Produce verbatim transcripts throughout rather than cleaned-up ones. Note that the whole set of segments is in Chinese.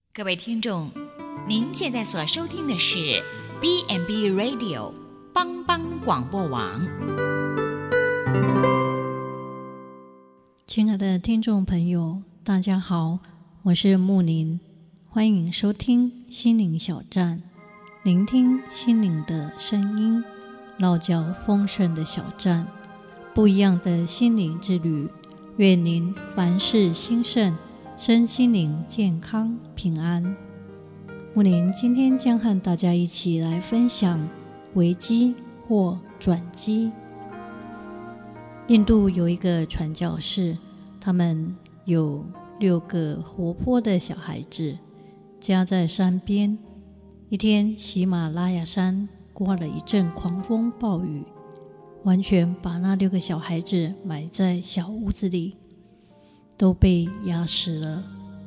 各位听众，您现在所收听的是 B and B Radio 帮帮广播网。 亲爱的听众朋友，大家好，我是木林，欢迎收听心灵小站，聆听心灵的声音，落脚丰盛的小站，不一样的心灵之旅。愿您凡事兴盛，身心灵健康平安。木林今天将和大家一起来分享危机或转机。印度有一个传教士，他们有六个活泼的小孩子，家在山边。一天，喜马拉雅山刮了一阵狂风暴雨，完全把那六个小孩子埋在小屋子里，都被压死了。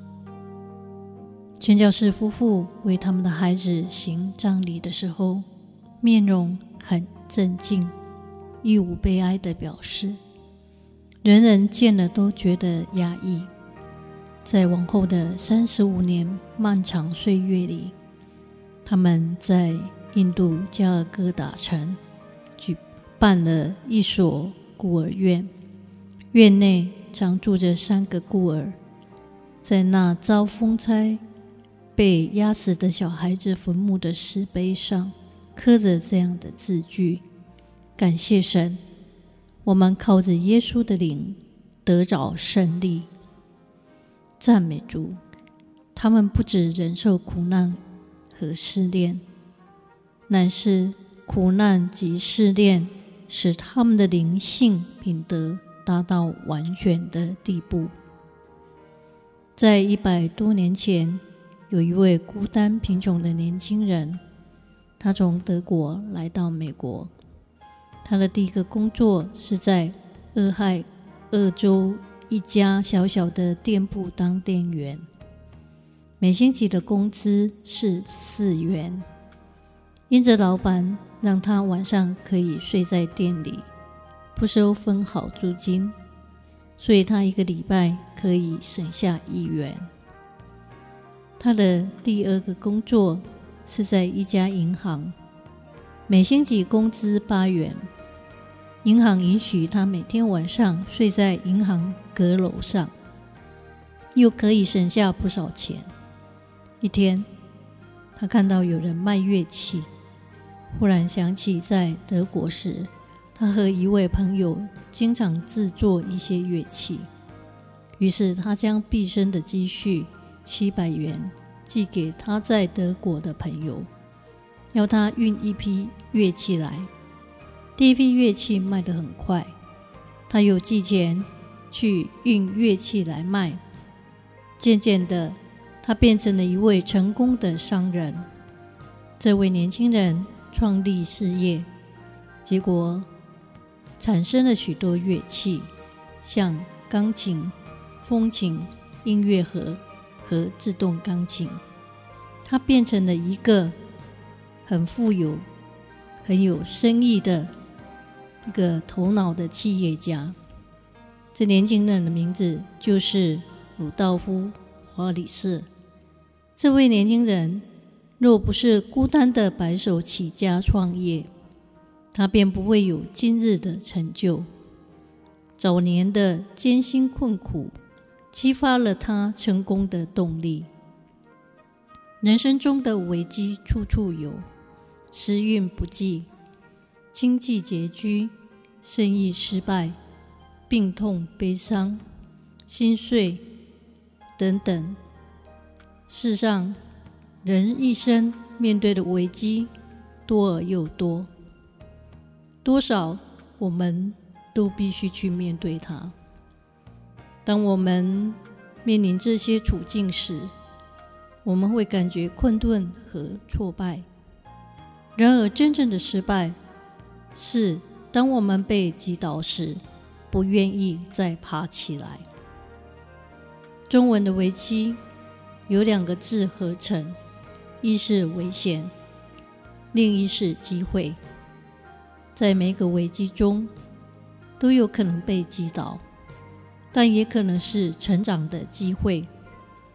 宣教士夫妇为他们的孩子行葬礼的时候，面容很镇静，一无悲哀的表示，人人见了都觉得压抑。在往后的三十五年漫长岁月里，他们在印度加尔各答城举办了一所孤儿院，院内常住着三个孤儿，在那遭风灾被压死的小孩子坟墓的石碑上刻着这样的字句：感谢神，我们靠着耶稣的灵得着胜利。赞美主，他们不只忍受苦难和试炼，乃是苦难及试炼使他们的灵性品德达到完全的地步。在一百多年前，有一位孤单贫穷的年轻人，他从德国来到美国。他的第一个工作是在俄亥俄州一家小小的店铺当店员，每星期的工资是四元。因着老板让他晚上可以睡在店里，不收分毫租金，所以他一个礼拜可以省下一元。他的第二个工作是在一家银行，每星期工资八元。银行允许他每天晚上睡在银行阁楼上，又可以省下不少钱。一天，他看到有人卖乐器，忽然想起在德国时，他和一位朋友经常制作一些乐器，于是他将毕生的积蓄七百元寄给他在德国的朋友，要他运一批乐器来。第一批乐器卖得很快，他又寄钱去运乐器来卖。渐渐的，他变成了一位成功的商人。这位年轻人创立事业，结果产生了许多乐器，像钢琴、风琴、音乐盒和自动钢琴。他变成了一个很富有、很有生意的一个头脑的企业家。这年轻人的名字就是鲁道夫·华里士。这位年轻人若不是孤单的白手起家创业，他便不会有今日的成就。早年的艰辛困苦激发了他成功的动力。人生中的危机处处有，时运不济，经济拮据，生意失败，病痛悲伤，心碎等等。世上人一生面对的危机多而又多，多少我们都必须去面对它。当我们面临这些处境时，我们会感觉困顿和挫败。然而真正的失败是当我们被击倒时，不愿意再爬起来。中文的危机有两个字合成，一是危险，另一是机会。在每个危机中都有可能被击倒，但也可能是成长的机会。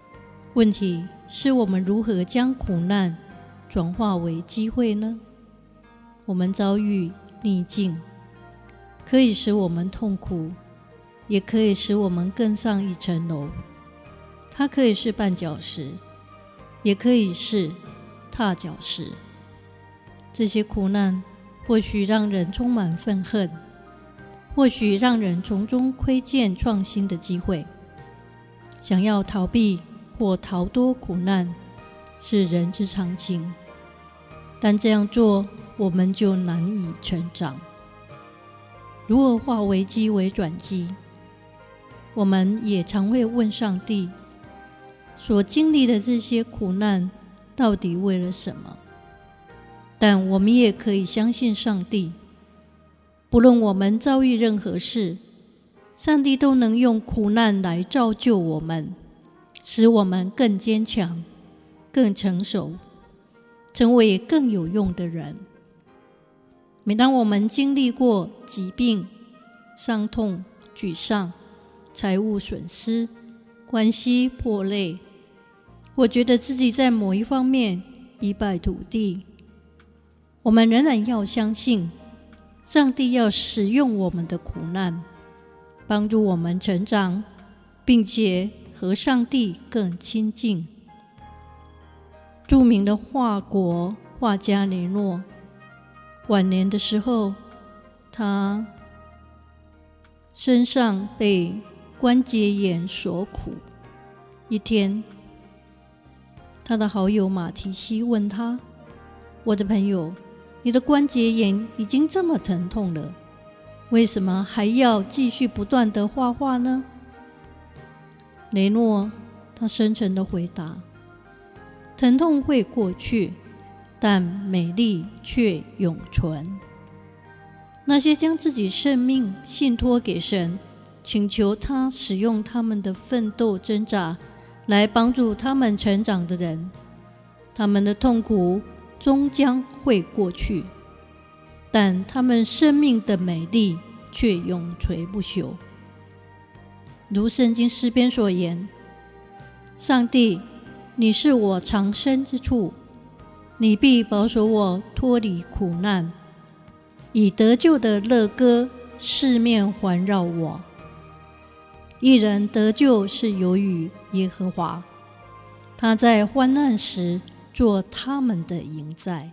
问题是我们如何将苦难转化为机会呢？我们遭遇逆境，可以使我们痛苦，也可以使我们更上一层楼。它可以是绊脚石，也可以是踏脚石。这些苦难或许让人充满愤恨，或许让人从中窥见创新的机会。想要逃避或逃脱苦难是人之常情，但这样做我们就难以成长。如何化危机为转机？我们也常会问上帝，所经历的这些苦难到底为了什么？但我们也可以相信上帝，不论我们遭遇任何事，上帝都能用苦难来造就我们，使我们更坚强、更成熟，成为更有用的人。每当我们经历过疾病、伤痛、沮丧、财务损失、关系破裂，我觉得自己在某一方面一败涂地，我们仍然要相信，上帝要使用我们的苦难，帮助我们成长，并且和上帝更亲近。著名的法国画家雷诺，晚年的时候，他身上被关节炎所苦。一天，他的好友马提西问他：我的朋友，你的关节炎已经这么疼痛了，为什么还要继续不断地画画呢？雷诺他深沉地回答：疼痛会过去，但美丽却永存。那些将自己生命信托给神，请求他使用他们的奋斗挣扎来帮助他们成长的人，他们的痛苦终将会过去，但他们生命的美丽却永垂不朽。如圣经诗篇所言：上帝，你是我藏身之处，你必保守我脱离苦难，以得救的乐歌四面环绕我。一人得救是由于耶和华，他在患难时做他们的营寨。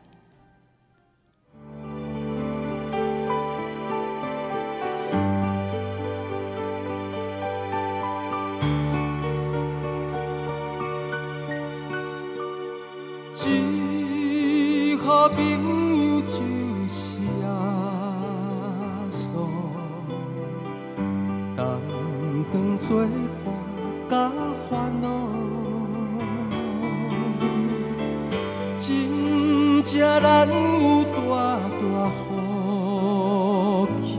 一好朋友就是耶稣，同当作伴甲烦恼，真正难有大大福气，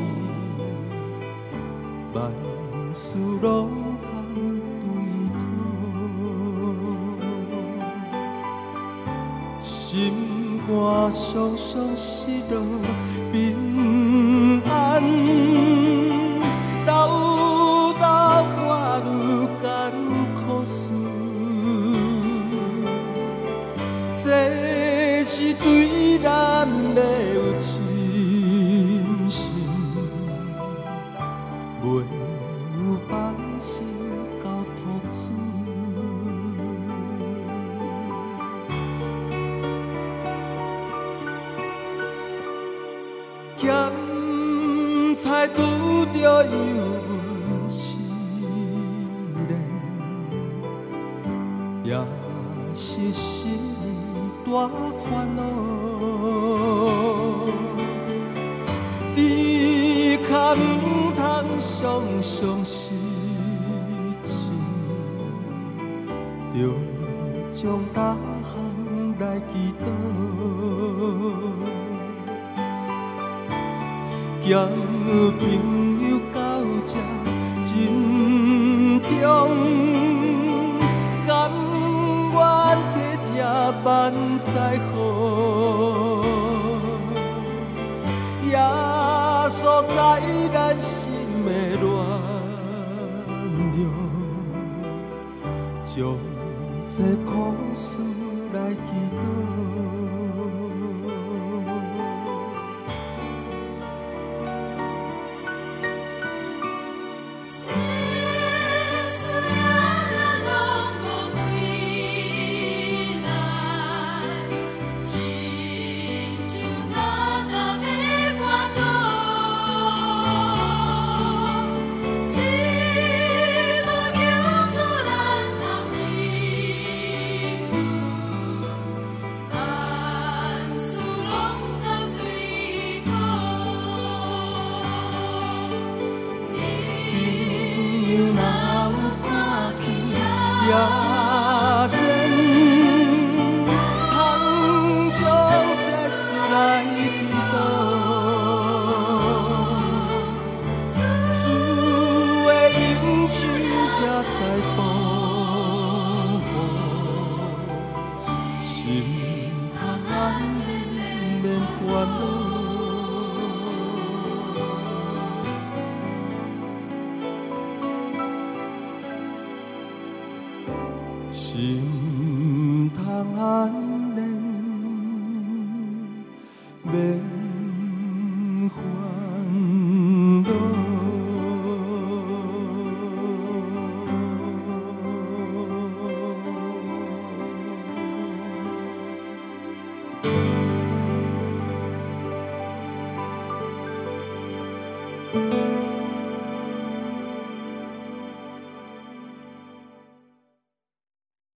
万事拢通对讨。心肝伤伤失落平安，斗斗我愈艰苦事，这是对咱要有信心，袂有放心到吐出。咸菜拄着油温试炼，也是心大烦恼。只可唔通伤伤失志，着将大项来祈祷。咸朋友到这真重，甘愿体贴万载好，耶稣在咱心的软弱，将这苦事来祈祷。心通安然，免烦恼。